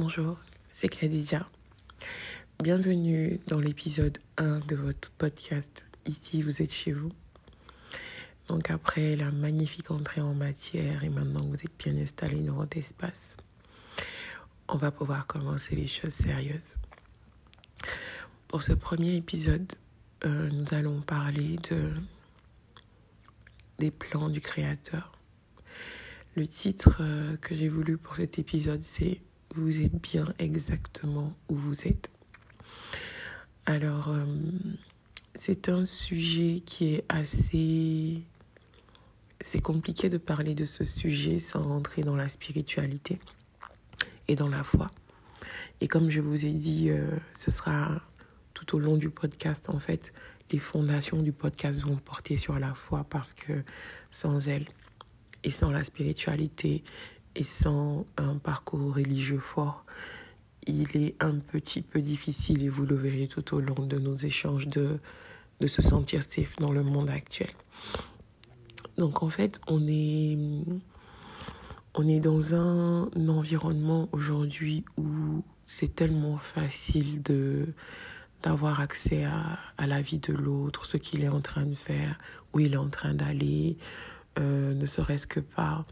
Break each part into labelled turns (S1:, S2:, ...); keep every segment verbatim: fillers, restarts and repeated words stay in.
S1: Bonjour, c'est Khadija. Bienvenue dans l'épisode un de votre podcast. Ici, vous êtes chez vous. Donc après la magnifique entrée en matière et maintenant que vous êtes bien installé dans votre espace, on va pouvoir commencer les choses sérieuses. Pour ce premier épisode, euh, nous allons parler de, des plans du créateur. Le titre euh, que j'ai voulu pour cet épisode, c'est « Vous êtes bien exactement où vous êtes ». Alors, euh, c'est un sujet qui est assez... C'est compliqué de parler de ce sujet sans rentrer dans la spiritualité et dans la foi. Et comme je vous ai dit, euh, ce sera tout au long du podcast, en fait, les fondations du podcast vont porter sur la foi parce que sans elle et sans la spiritualité et sans un parcours religieux fort, il est un petit peu difficile, et vous le verrez tout au long de nos échanges, de, de se sentir safe dans le monde actuel. Donc en fait, on est, on est dans un environnement aujourd'hui où c'est tellement facile de, d'avoir accès à, à la vie de l'autre, ce qu'il est en train de faire, où il est en train d'aller, euh, ne serait-ce que par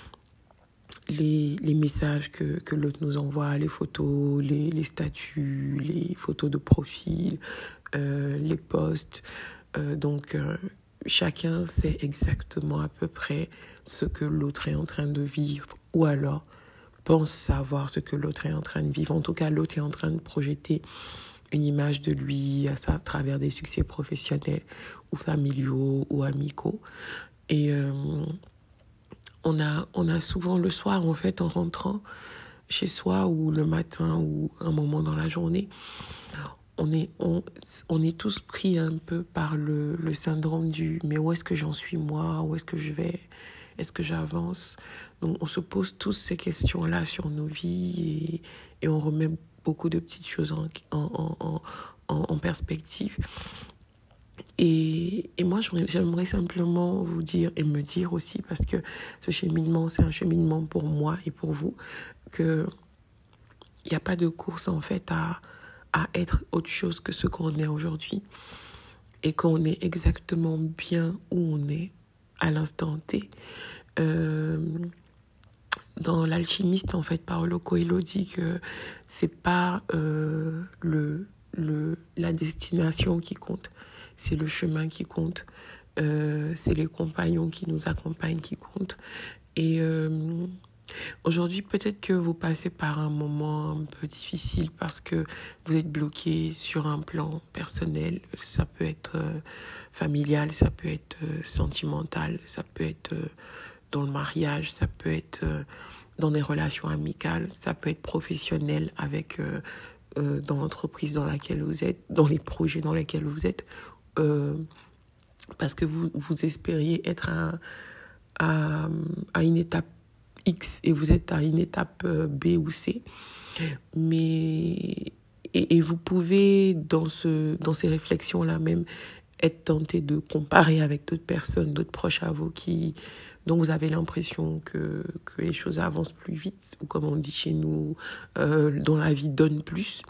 S1: les, les messages que, que l'autre nous envoie, les photos, les, les statuts, les photos de profil, euh, les posts. Euh, donc, euh, chacun sait exactement à peu près ce que l'autre est en train de vivre, ou alors pense savoir ce que l'autre est en train de vivre. En tout cas, l'autre est en train de projeter une image de lui à, à travers des succès professionnels ou familiaux ou amicaux. Et euh, on a, on a souvent le soir, en fait, en rentrant chez soi ou le matin ou un moment dans la journée, on est, on, on est tous pris un peu par le, le syndrome du « mais où est-ce que j'en suis moi ? Où est-ce que je vais ? Est-ce que j'avance ?» Donc on se pose tous ces questions-là sur nos vies et, et on remet beaucoup de petites choses en, en, en, en, en perspective. Et, et moi, j'aimerais simplement vous dire et me dire aussi, parce que ce cheminement, c'est un cheminement pour moi et pour vous, qu'il n'y a pas de course en fait à, à être autre chose que ce qu'on est aujourd'hui et qu'on est exactement bien où on est à l'instant T. Euh, dans l'alchimiste, en fait, Paulo Coelho dit que c'est pas euh, le, le, la destination qui compte, c'est le chemin qui compte, euh, c'est les compagnons qui nous accompagnent qui comptent. Et euh, aujourd'hui, peut-être que vous passez par un moment un peu difficile parce que vous êtes bloqué sur un plan personnel. Ça peut être euh, familial, ça peut être euh, sentimental, ça peut être euh, dans le mariage, ça peut être euh, dans des relations amicales, ça peut être professionnel avec euh, euh, dans l'entreprise dans laquelle vous êtes, dans les projets dans lesquels vous êtes, euh, parce que vous, vous espériez être à, à, à une étape X et vous êtes à une étape B ou C. Mais, et, et vous pouvez, dans, ce, dans ces réflexions-là même, être tenté de comparer avec d'autres personnes, d'autres proches à vous, qui, dont vous avez l'impression que, que les choses avancent plus vite, ou comme on dit chez nous, euh, dont la vie donne plus.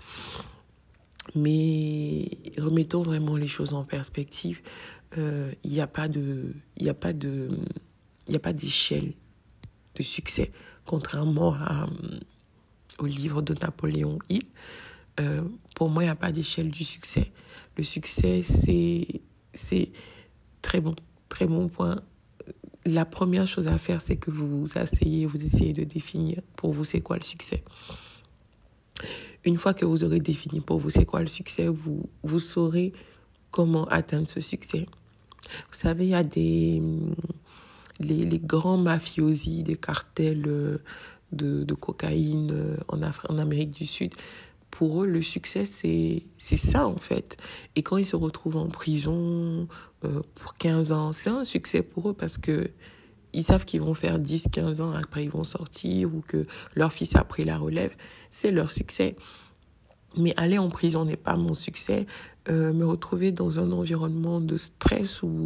S1: Mais remettons vraiment les choses en perspective. Euh, il n'y a pas de, il n'y a pas de, il n'y a pas d'échelle de succès, contrairement à, au livre de Napoléon Hill. Euh, pour moi, il n'y a pas d'échelle du succès. Le succès, c'est, c'est très bon, très bon point. La première chose à faire, c'est que vous vous asseyez, vous essayez de définir pour vous c'est quoi le succès. Une fois que vous aurez défini pour vous c'est quoi le succès, vous, vous saurez comment atteindre ce succès. Vous savez, il y a des... Les, les grands mafiosi, des cartels de, de cocaïne en, Af- en Amérique du Sud, pour eux, le succès, c'est, c'est ça, en fait. Et quand ils se retrouvent en prison euh, pour quinze ans, c'est un succès pour eux parce que ils savent qu'ils vont faire dix, quinze ans, après ils vont sortir, ou que leur fils a pris la relève. C'est leur succès. Mais aller en prison n'est pas mon succès. Euh, me retrouver dans un environnement de stress où,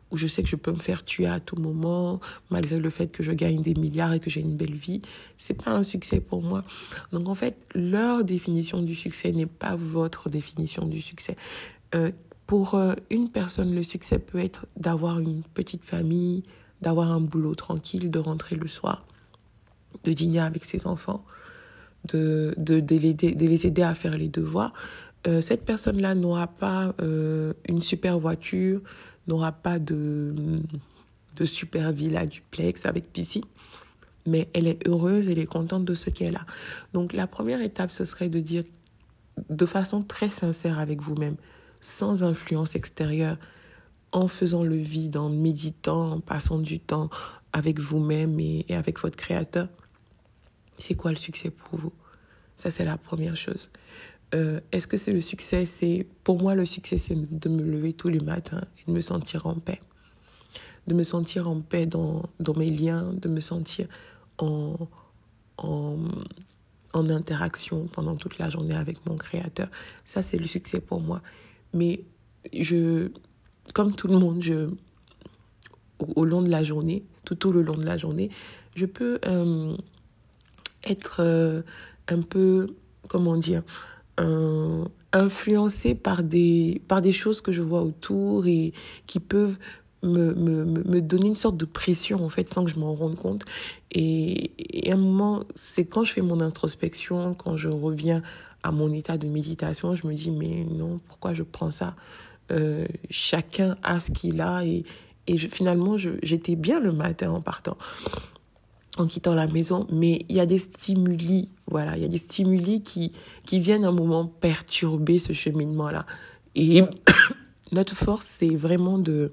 S1: où je sais que je peux me faire tuer à tout moment, malgré le fait que je gagne des milliards et que j'ai une belle vie, c'est pas un succès pour moi. Donc en fait, leur définition du succès n'est pas votre définition du succès. Euh, pour euh, une personne, le succès peut être d'avoir une petite famille, d'avoir un boulot tranquille, de rentrer le soir, de dîner avec ses enfants, de, de, de, les, de les aider à faire les devoirs. Euh, cette personne-là n'aura pas euh, une super voiture, n'aura pas de, de super villa duplex avec piscine, mais elle est heureuse, elle est contente de ce qu'elle a. Donc la première étape, ce serait de dire de façon très sincère avec vous-même, sans influence extérieure, en faisant le vide, en méditant, en passant du temps avec vous-même et, et avec votre créateur. C'est quoi le succès pour vous? Ça, c'est la première chose. Euh, est-ce que c'est le succès? C'est, pour moi, le succès, c'est de me lever tous les matins et de me sentir en paix. De me sentir en paix dans, dans mes liens, de me sentir en, en, en interaction pendant toute la journée avec mon créateur. Ça, c'est le succès pour moi. Mais je, comme tout le monde, je, au, au long de la journée, tout, tout le long de la journée, je peux euh, être euh, un peu, comment dire, Euh, influencée par des, par des choses que je vois autour et qui peuvent me, me, me donner une sorte de pression, en fait, sans que je m'en rende compte. Et, et à un moment, c'est quand je fais mon introspection, quand je reviens à mon état de méditation, je me dis, mais non, pourquoi je prends ça? euh, Chacun a ce qu'il a. Et, et je, finalement, je, j'étais bien le matin en partant, en quittant la maison, mais il y a des stimuli, voilà, il y a des stimuli qui, qui viennent à un moment perturber ce cheminement-là. Et notre force, c'est vraiment de,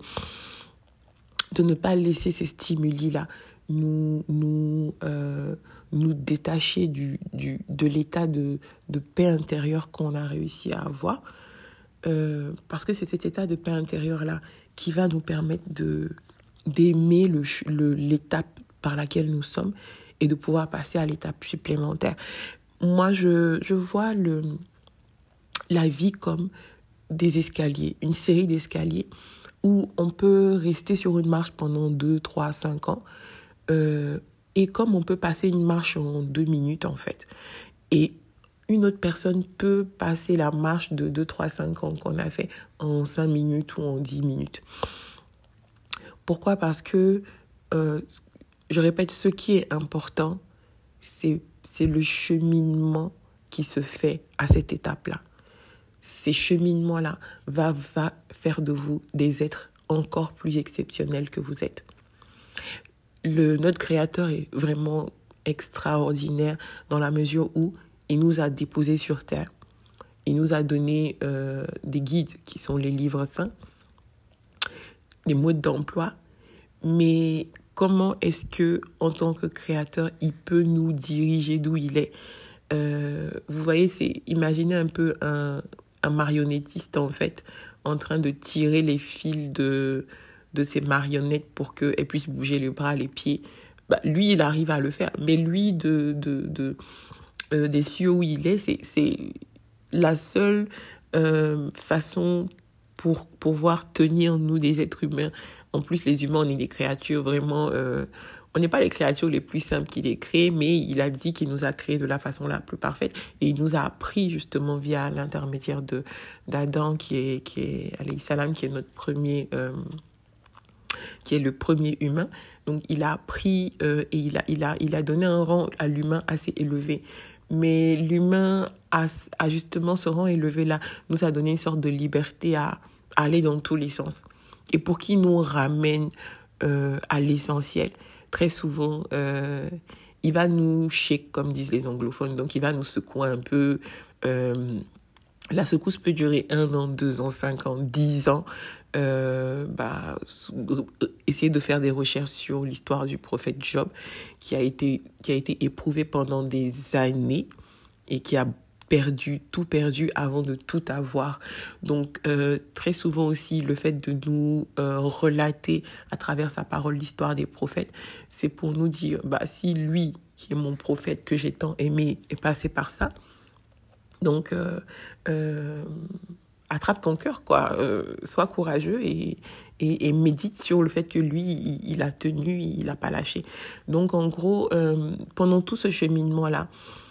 S1: de ne pas laisser ces stimuli-là nous, nous, euh, nous détacher du, du, de l'état de, de paix intérieure qu'on a réussi à avoir. Euh, parce que c'est cet état de paix intérieure-là qui va nous permettre de, d'aimer le, le, l'étape par laquelle nous sommes et de pouvoir passer à l'étape supplémentaire. Moi, je, je vois le, la vie comme des escaliers, une série d'escaliers où on peut rester sur une marche pendant deux, trois, cinq ans euh, et comme on peut passer une marche en deux minutes en fait. Et une autre personne peut passer la marche de deux, trois, cinq ans qu'on a fait en cinq minutes ou en dix minutes. Pourquoi? Parce que euh, je répète, ce qui est important, c'est, c'est le cheminement qui se fait à cette étape-là. Ces cheminements-là va, va faire de vous des êtres encore plus exceptionnels que vous êtes. Le, notre créateur est vraiment extraordinaire dans la mesure où il nous a déposés sur terre. Il nous a donné euh, des guides qui sont les livres saints, des modes d'emploi, mais comment est-ce que, en tant que créateur, il peut nous diriger d'où il est? euh, Vous voyez, c'est imaginez un peu un, un marionnettiste, en fait, en train de tirer les fils de, de ces marionnettes pour qu'elles puissent bouger les bras, les pieds. Bah, lui, il arrive à le faire. Mais lui, de, de, de, euh, des cieux où il est, c'est, c'est la seule euh, façon pour pouvoir tenir, nous, des êtres humains. En plus, les humains, on est des créatures vraiment... Euh, on n'est pas les créatures les plus simples qu'il ait créées, mais il a dit qu'il nous a créés de la façon la plus parfaite. Et il nous a appris, justement, via l'intermédiaire de, d'Adam, qui est, qui est, alayhi salam, qui est notre premier... Euh, qui est le premier humain. Donc, il a appris euh, et il a, il, a, il a donné un rang à l'humain assez élevé. Mais l'humain, a, a justement ce rang élevé-là, nous a donné une sorte de liberté à, à aller dans tous les sens. Et pour qu'il nous ramène euh, à l'essentiel, très souvent, euh, il va nous shake, comme disent les anglophones. Donc, il va nous secouer un peu. Euh, la secousse peut durer un an, deux ans, cinq ans, dix ans. Euh, bah, essayer de faire des recherches sur l'histoire du prophète Job, qui a été, qui a été éprouvé pendant des années et qui a perdu, tout perdu avant de tout avoir. Donc, euh, très souvent aussi, le fait de nous euh, relater à travers sa parole l'histoire des prophètes, c'est pour nous dire, bah, si lui, qui est mon prophète, que j'ai tant aimé, est passé par ça, donc, euh, euh, attrape ton cœur, quoi. Euh, sois courageux et, et, et médite sur le fait que lui, il, il a tenu, il n'a pas lâché. Donc, en gros, euh, pendant tout ce cheminement-là,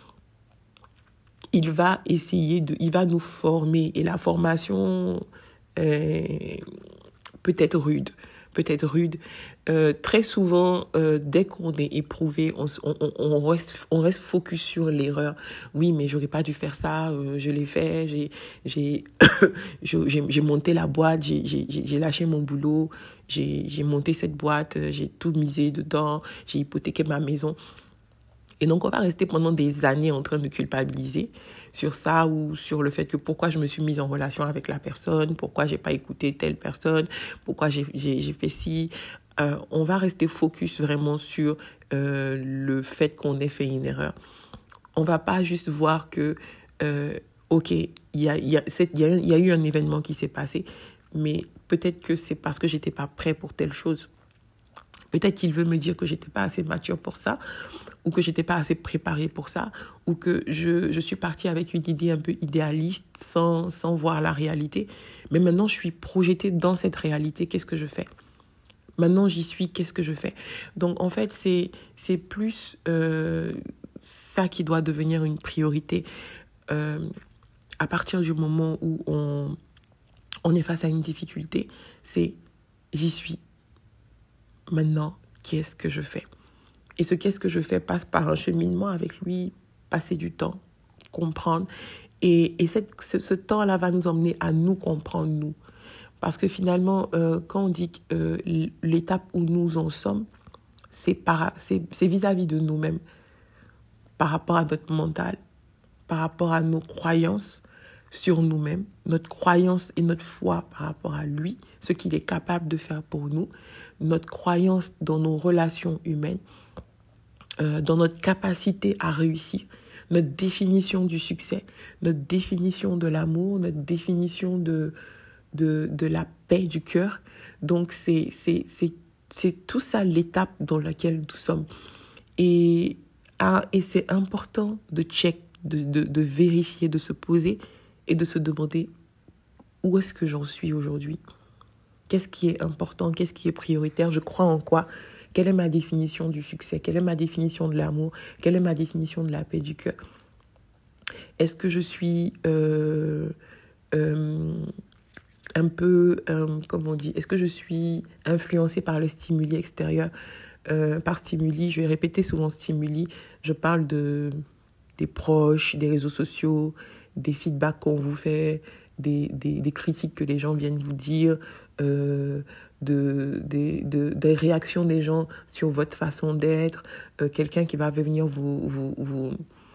S1: il va essayer de, il va nous former. Et la formation euh, peut être rude. peut être rude. Euh, très souvent, euh, dès qu'on est éprouvé, on, on, on, reste, on reste focus sur l'erreur. Oui, mais j'aurais pas dû faire ça, euh, je l'ai fait, j'ai, j'ai, j'ai, j'ai monté la boîte, j'ai, j'ai, j'ai lâché mon boulot, j'ai, j'ai monté cette boîte, j'ai tout misé dedans, j'ai hypothéqué ma maison. Et donc, on va rester pendant des années en train de culpabiliser sur ça ou sur le fait que pourquoi je me suis mise en relation avec la personne, pourquoi j'ai pas écouté telle personne, pourquoi j'ai, j'ai, j'ai fait ci. Euh, on va rester focus vraiment sur euh, le fait qu'on ait fait une erreur. On va pas juste voir que, euh, OK, il y a, y, a, y, a, y a eu un événement qui s'est passé, mais peut-être que c'est parce que j'étais pas prêt pour telle chose. Peut-être qu'il veut me dire que j'étais pas assez mature pour ça, ou que j'étais pas assez préparée pour ça, ou que je, je suis partie avec une idée un peu idéaliste sans, sans voir la réalité. Mais maintenant, je suis projetée dans cette réalité. Qu'est-ce que je fais ? Maintenant, j'y suis. Qu'est-ce que je fais ? Donc, en fait, c'est, c'est plus euh, ça qui doit devenir une priorité. Euh, à partir du moment où on, on est face à une difficulté, c'est j'y suis. Maintenant, qu'est-ce que je fais ? Et ce qu'est-ce que je fais passe par un cheminement avec lui, passer du temps, comprendre. Et, et cette, ce, ce temps-là va nous emmener à nous comprendre, nous. Parce que finalement, euh, quand on dit que euh, l'étape où nous en sommes, c'est, par, c'est, c'est vis-à-vis de nous-mêmes, par rapport à notre mental, par rapport à nos croyances sur nous-mêmes, notre croyance et notre foi par rapport à lui, ce qu'il est capable de faire pour nous, notre croyance dans nos relations humaines, euh, dans notre capacité à réussir, notre définition du succès, notre définition de l'amour, notre définition de, de, de la paix du cœur. Donc, c'est, c'est, c'est, c'est tout ça l'étape dans laquelle nous sommes. Et, ah, et c'est important de check, de, de, de vérifier, de se poser et de se demander où est-ce que j'en suis aujourd'hui ? Qu'est-ce qui est important ? Qu'est-ce qui est prioritaire ? Je crois en quoi ? Quelle est ma définition du succès ? Quelle est ma définition de l'amour ? Quelle est ma définition de la paix du cœur ? Est-ce que je suis euh, euh, un peu, euh, comment on dit, est-ce que je suis influencée par le stimuli extérieur ? euh, Par stimuli, je vais répéter souvent stimuli, je parle de, des proches, des réseaux sociaux, des feedbacks qu'on vous fait, des, des, des critiques que les gens viennent vous dire, euh, de, de, de, des réactions des gens sur votre façon d'être, euh, quelqu'un qui va venir vous, vous, vous,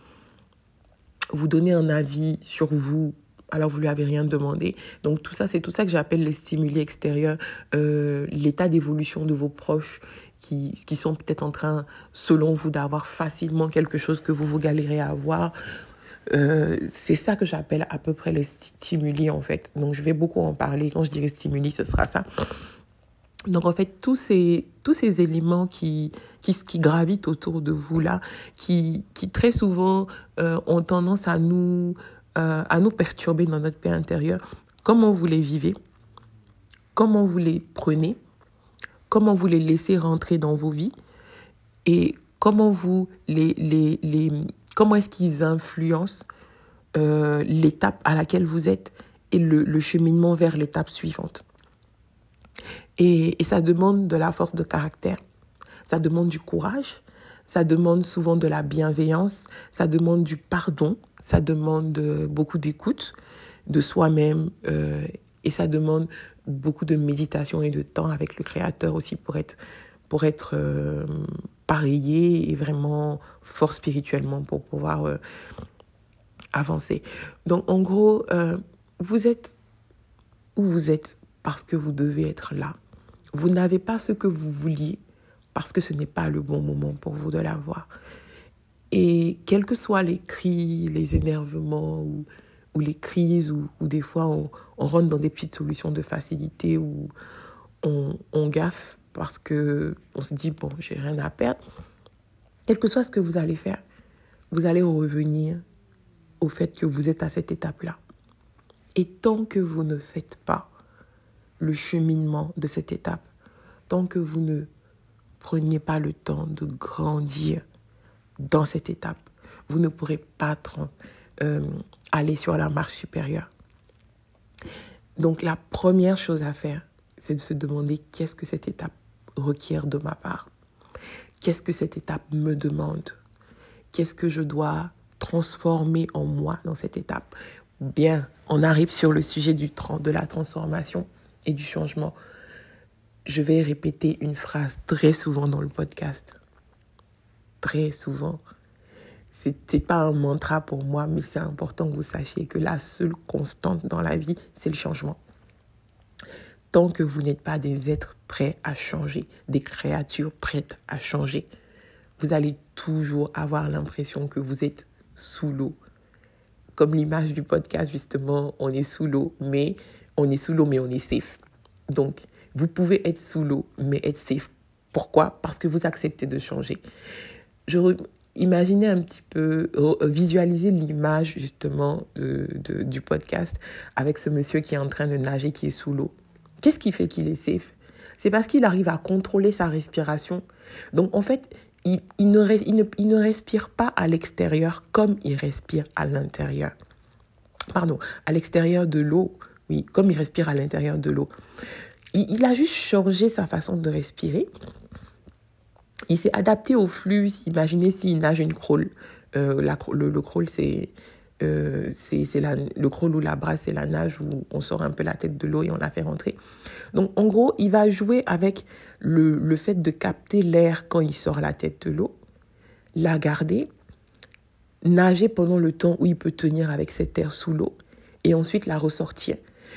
S1: vous donner un avis sur vous, alors vous lui avez rien demandé. Donc tout ça, c'est tout ça que j'appelle les stimuli extérieurs, euh, l'état d'évolution de vos proches qui, qui sont peut-être en train, selon vous, d'avoir facilement quelque chose que vous vous galérez à avoir. Euh, c'est ça que j'appelle à peu près les stimuli, en fait. Donc je vais beaucoup en parler. Quand je dirai stimuli, ce sera ça. Donc en fait, tous ces, tous ces éléments qui, qui, qui gravitent autour de vous là, qui, qui très souvent euh, ont tendance à nous, euh, à nous perturber dans notre paix intérieure, comment vous les vivez, comment vous les prenez, comment vous les laissez rentrer dans vos vies et comment vous les, les, les, comment est-ce qu'ils influencent euh, l'étape à laquelle vous êtes et le, le cheminement vers l'étape suivante. Et, et ça demande de la force de caractère, ça demande du courage, ça demande souvent de la bienveillance, ça demande du pardon, ça demande beaucoup d'écoute de soi-même euh, et ça demande beaucoup de méditation et de temps avec le Créateur aussi pour être, pour être euh, pareillé et vraiment fort spirituellement pour pouvoir euh, avancer. Donc en gros, euh, vous êtes où vous êtes parce que vous devez être là. Vous n'avez pas ce que vous vouliez parce que ce n'est pas le bon moment pour vous de l'avoir. Et quels que soient les cris, les énervements ou, ou les crises, ou, ou des fois on, on rentre dans des petites solutions de facilité où on, on gaffe parce qu'on se dit, bon, j'ai rien à perdre. Quel que soit ce que vous allez faire, vous allez revenir au fait que vous êtes à cette étape-là. Et tant que vous ne faites pas le cheminement de cette étape, tant que vous ne preniez pas le temps de grandir dans cette étape, vous ne pourrez pas euh, aller sur la marche supérieure. Donc la première chose à faire, c'est de se demander qu'est-ce que cette étape requiert de ma part. Qu'est-ce que cette étape me demande? Qu'est-ce que je dois transformer en moi dans cette étape? Bien, on arrive sur le sujet du, de la transformation et du changement. Je vais répéter une phrase très souvent dans le podcast. Très souvent. Ce n'est pas un mantra pour moi, mais c'est important que vous sachiez que la seule constante dans la vie, c'est le changement. Tant que vous n'êtes pas des êtres prêts à changer, des créatures prêtes à changer, vous allez toujours avoir l'impression que vous êtes sous l'eau. Comme l'image du podcast, justement, on est sous l'eau, mais on est sous l'eau, mais on est safe. Donc, vous pouvez être sous l'eau, mais être safe. Pourquoi? Parce que vous acceptez de changer. Je re... Imaginez un petit peu, visualisez l'image, justement, de, de, du podcast avec ce monsieur qui est en train de nager, qui est sous l'eau. Qu'est-ce qui fait qu'il est safe? C'est parce qu'il arrive à contrôler sa respiration. Donc, en fait, il, il, ne, il, ne, il ne respire pas à l'extérieur comme il respire à l'intérieur. Pardon, à l'extérieur de l'eau. Oui, comme il respire à l'intérieur de l'eau. Il, il a juste changé sa façon de respirer. Il s'est adapté au flux. Imaginez s'il nage une crawl. Euh, la, le, le crawl, c'est... Euh, c'est, c'est la, le crawl ou la brasse, c'est la nage où on sort un peu la tête de l'eau et on la fait rentrer. Donc, en gros, il va jouer avec le, le fait de capter l'air quand il sort la tête de l'eau, la garder, nager pendant le temps où il peut tenir avec cet air sous l'eau et ensuite la ressortir.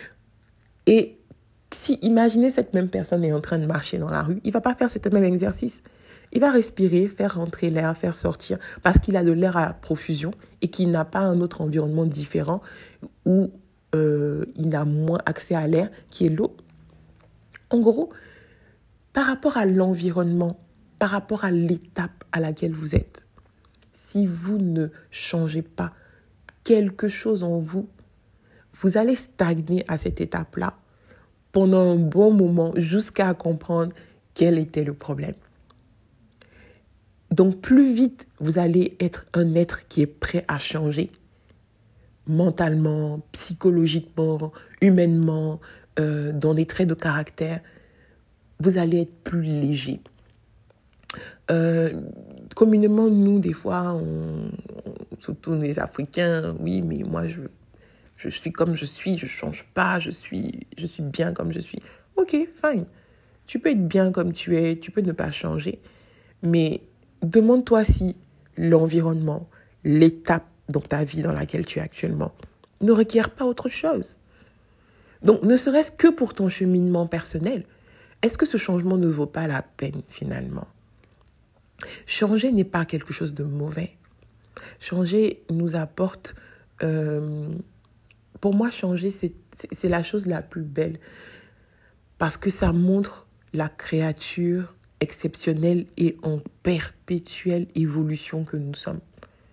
S1: Et si, imaginez cette même personne est en train de marcher dans la rue, il ne va pas faire ce même exercice. Il va respirer, faire rentrer l'air, faire sortir, parce qu'il a de l'air à profusion et qu'il n'a pas un autre environnement différent où euh, il a moins accès à l'air, qui est l'eau. En gros, par rapport à l'environnement, par rapport à l'étape à laquelle vous êtes, si vous ne changez pas quelque chose en vous, vous allez stagner à cette étape-là pendant un bon moment jusqu'à comprendre quel était le problème. Donc, plus vite, vous allez être un être qui est prêt à changer mentalement, psychologiquement, humainement, euh, dans des traits de caractère, vous allez être plus léger. Euh, communément, nous, des fois, on, on, surtout les Africains, oui, mais moi, je, je suis comme je suis, je ne change pas, je suis, je suis bien comme je suis. Ok, fine. Tu peux être bien comme tu es, tu peux ne pas changer, mais demande-toi si l'environnement, l'étape dans ta vie dans laquelle tu es actuellement ne requiert pas autre chose. Donc, ne serait-ce que pour ton cheminement personnel, est-ce que ce changement ne vaut pas la peine finalement? Changer n'est pas quelque chose de mauvais. Changer nous apporte... Euh, pour moi, changer, c'est, c'est, c'est la chose la plus belle parce que ça montre la créature exceptionnelle et en perpétuelle évolution que nous sommes.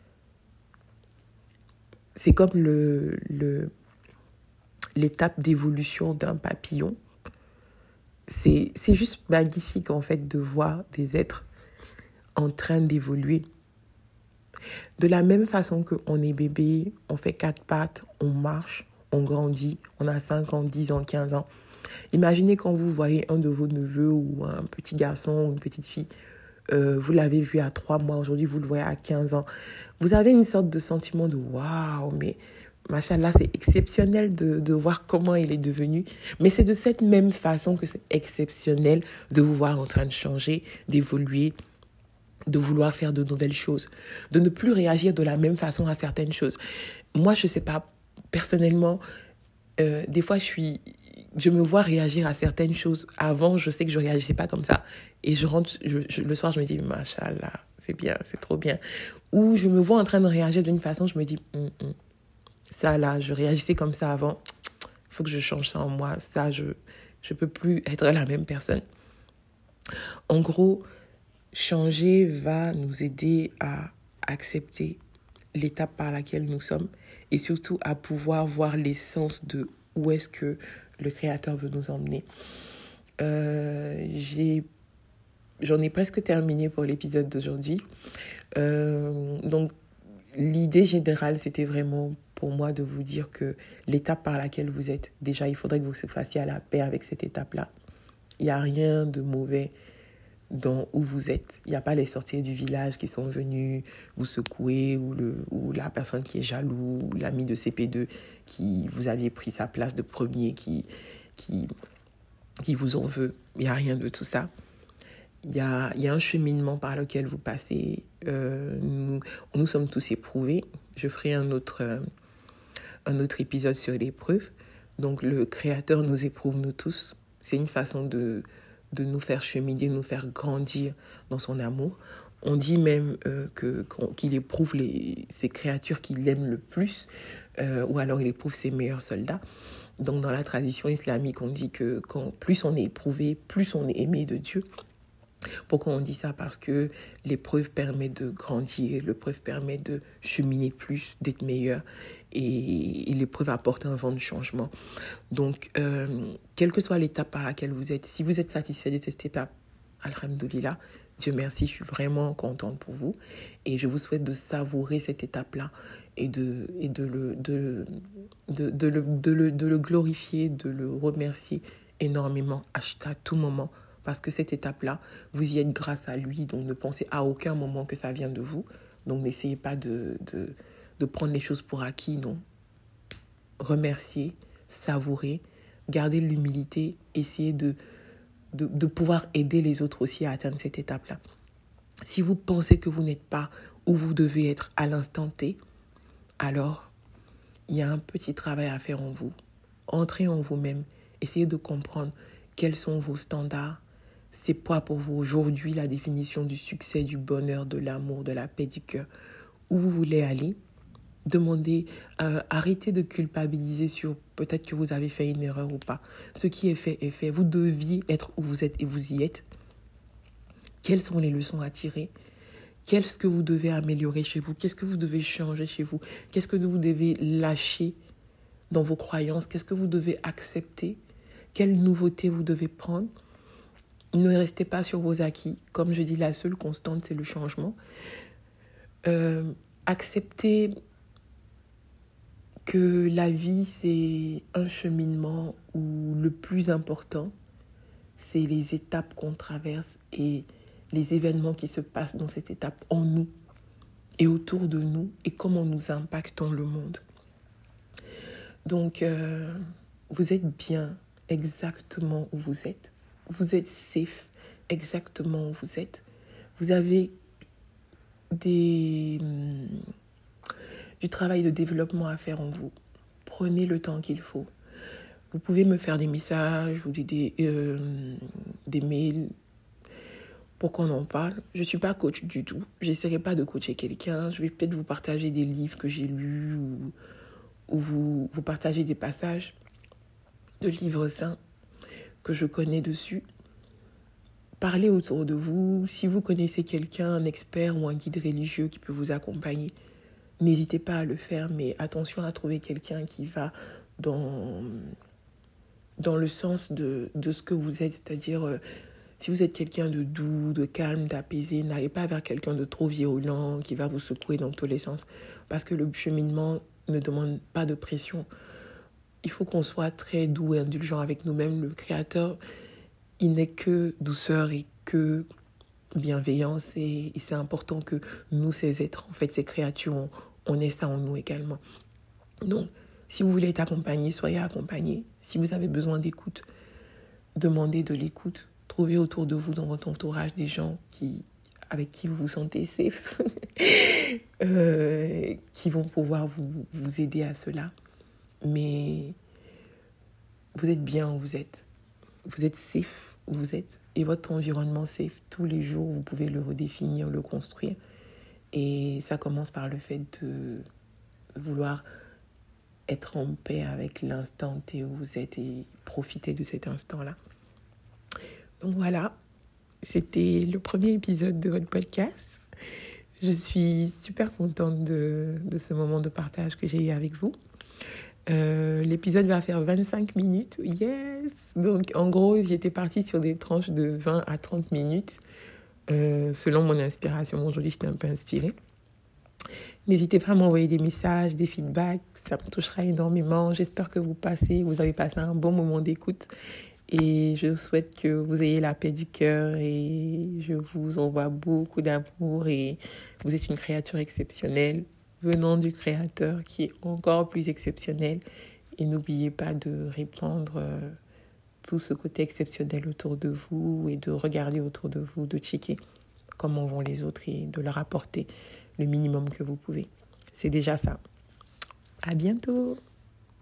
S1: C'est comme le, le, l'étape d'évolution d'un papillon. C'est, c'est juste magnifique en fait de voir des êtres en train d'évoluer. De la même façon qu'on est bébé, on fait quatre pattes, on marche, on grandit, on a cinq ans, dix ans, quinze ans. Imaginez quand vous voyez un de vos neveux ou un petit garçon ou une petite fille, euh, vous l'avez vu à trois mois, aujourd'hui vous le voyez à quinze ans. Vous avez une sorte de sentiment de « waouh, mais machallah, c'est exceptionnel de, de voir comment il est devenu ». Mais c'est de cette même façon que c'est exceptionnel de vous voir en train de changer, d'évoluer, de vouloir faire de nouvelles choses, de ne plus réagir de la même façon à certaines choses. Moi, je ne sais pas, personnellement, euh, des fois, je suis... je me vois réagir à certaines choses. Avant, je sais que je ne réagissais pas comme ça. Et je rentre, je, je, le soir, je me dis, machallah, c'est bien, c'est trop bien. Ou je me vois en train de réagir d'une façon, je me dis, hum, hum, ça là, je réagissais comme ça avant, il faut que je change ça en moi. Ça, je ne peux plus être la même personne. En gros, changer va nous aider à accepter l'étape par laquelle nous sommes et surtout à pouvoir voir l'essence de où est-ce que le Créateur veut nous emmener. Euh, j'ai, j'en ai presque terminé pour l'épisode d'aujourd'hui. Euh, donc, l'idée générale, c'était vraiment pour moi de vous dire que l'étape par laquelle vous êtes, déjà, il faudrait que vous fassiez à la paix avec cette étape-là. Il n'y a rien de mauvais dans où vous êtes. Il n'y a pas les sorciers du village qui sont venus vous secouer ou, le, ou la personne qui est jaloux ou l'ami de C P deux qui vous aviez pris sa place de premier qui, qui, qui vous en veut. Il n'y a rien de tout ça. Il y a, il y a un cheminement par lequel vous passez. Euh, nous, nous sommes tous éprouvés. Je ferai un autre, euh, un autre épisode sur l'épreuve. Donc le Créateur nous éprouve nous tous. C'est une façon de, de nous faire cheminer, de nous faire grandir dans son amour. On dit même euh, que, qu'il éprouve les, ces créatures qu'il aime le plus, euh, ou alors il éprouve ses meilleurs soldats. Donc dans la tradition islamique, on dit que quand plus on est éprouvé, plus on est aimé de Dieu. Pourquoi on dit ça? Parce que l'épreuve permet de grandir, l'épreuve permet de cheminer plus, d'être meilleur. Et, et l'épreuve apporte un vent de changement. Donc, euh, quelle que soit l'étape par laquelle vous êtes, si vous êtes satisfait de cette étape, alhamdoulilah, Dieu merci, je suis vraiment contente pour vous. Et je vous souhaite de savourer cette étape-là et de, et de, le, de, de, de, le, de, le, de le glorifier, de le remercier énormément à tout moment. Parce que cette étape-là, vous y êtes grâce à lui. Donc, ne pensez à aucun moment que ça vient de vous. Donc, n'essayez pas de, de, de prendre les choses pour acquis, non. Remerciez, savourez, gardez l'humilité, essayez de, de, de pouvoir aider les autres aussi à atteindre cette étape-là. Si vous pensez que vous n'êtes pas où vous devez être à l'instant T, alors, il y a un petit travail à faire en vous. Entrez en vous-même. Essayez de comprendre quels sont vos standards. C'est quoi pour vous aujourd'hui la définition du succès, du bonheur, de l'amour, de la paix du cœur? Où vous voulez aller? Demandez, euh, arrêtez de culpabiliser sur peut-être que vous avez fait une erreur ou pas. Ce qui est fait est fait. Vous deviez être où vous êtes et vous y êtes. Quelles sont les leçons à tirer? Qu'est-ce que vous devez améliorer chez vous? Qu'est-ce que vous devez changer chez vous? Qu'est-ce que vous devez lâcher dans vos croyances? Qu'est-ce que vous devez accepter? Quelle nouveauté vous devez prendre? Ne restez pas sur vos acquis. Comme je dis, la seule constante, c'est le changement. Euh, acceptez que la vie, c'est un cheminement où le plus important, c'est les étapes qu'on traverse et les événements qui se passent dans cette étape en nous et autour de nous et comment nous impactons le monde. Donc, euh, vous êtes bien exactement où vous êtes. Vous êtes safe exactement où vous êtes. Vous avez des, hum, du travail de développement à faire en vous. Prenez le temps qu'il faut. Vous pouvez me faire des messages ou des, des, euh, des mails pour qu'on en parle. Je ne suis pas coach du tout. Je n'essaierai pas de coacher quelqu'un. Je vais peut-être vous partager des livres que j'ai lus ou, ou vous, vous partager des passages de livres saints que je connais dessus. Parlez autour de vous. Si vous connaissez quelqu'un, un expert ou un guide religieux qui peut vous accompagner, n'hésitez pas à le faire, mais attention à trouver quelqu'un qui va dans, dans le sens de, de ce que vous êtes. C'est-à-dire, euh, si vous êtes quelqu'un de doux, de calme, d'apaisé, n'allez pas vers quelqu'un de trop violent qui va vous secouer dans tous les sens. Parce que le cheminement ne demande pas de pression. Il faut qu'on soit très doux et indulgent avec nous-mêmes. Le Créateur, il n'est que douceur et que bienveillance. Et, et c'est important que nous, ces êtres, en fait, ces créatures, on, on ait ça en nous également. Donc, si vous voulez être accompagné, soyez accompagné. Si vous avez besoin d'écoute, demandez de l'écoute. Trouvez autour de vous, dans votre entourage, des gens qui, avec qui vous vous sentez safe, euh, qui vont pouvoir vous, vous aider à cela. Mais vous êtes bien où vous êtes. Vous êtes safe où vous êtes. Et votre environnement safe, tous les jours, vous pouvez le redéfinir, le construire. Et ça commence par le fait de vouloir être en paix avec l'instant T où vous êtes et profiter de cet instant-là. Donc voilà, c'était le premier épisode de votre podcast. Je suis super contente de, de ce moment de partage que j'ai eu avec vous. Euh, l'épisode va faire vingt-cinq minutes. Yes! Donc, en gros, j'étais partie sur des tranches de vingt à trente minutes. Euh, selon mon inspiration. Aujourd'hui, j'étais un peu inspirée. N'hésitez pas à m'envoyer des messages, des feedbacks. Ça me touchera énormément. J'espère que vous passez, vous avez passé un bon moment d'écoute. Et je souhaite que vous ayez la paix du cœur. Et je vous envoie beaucoup d'amour. Et vous êtes une créature exceptionnelle, venant du Créateur qui est encore plus exceptionnel. Et n'oubliez pas de répandre euh, tout ce côté exceptionnel autour de vous et de regarder autour de vous, de checker comment vont les autres et de leur apporter le minimum que vous pouvez. C'est déjà ça. À bientôt!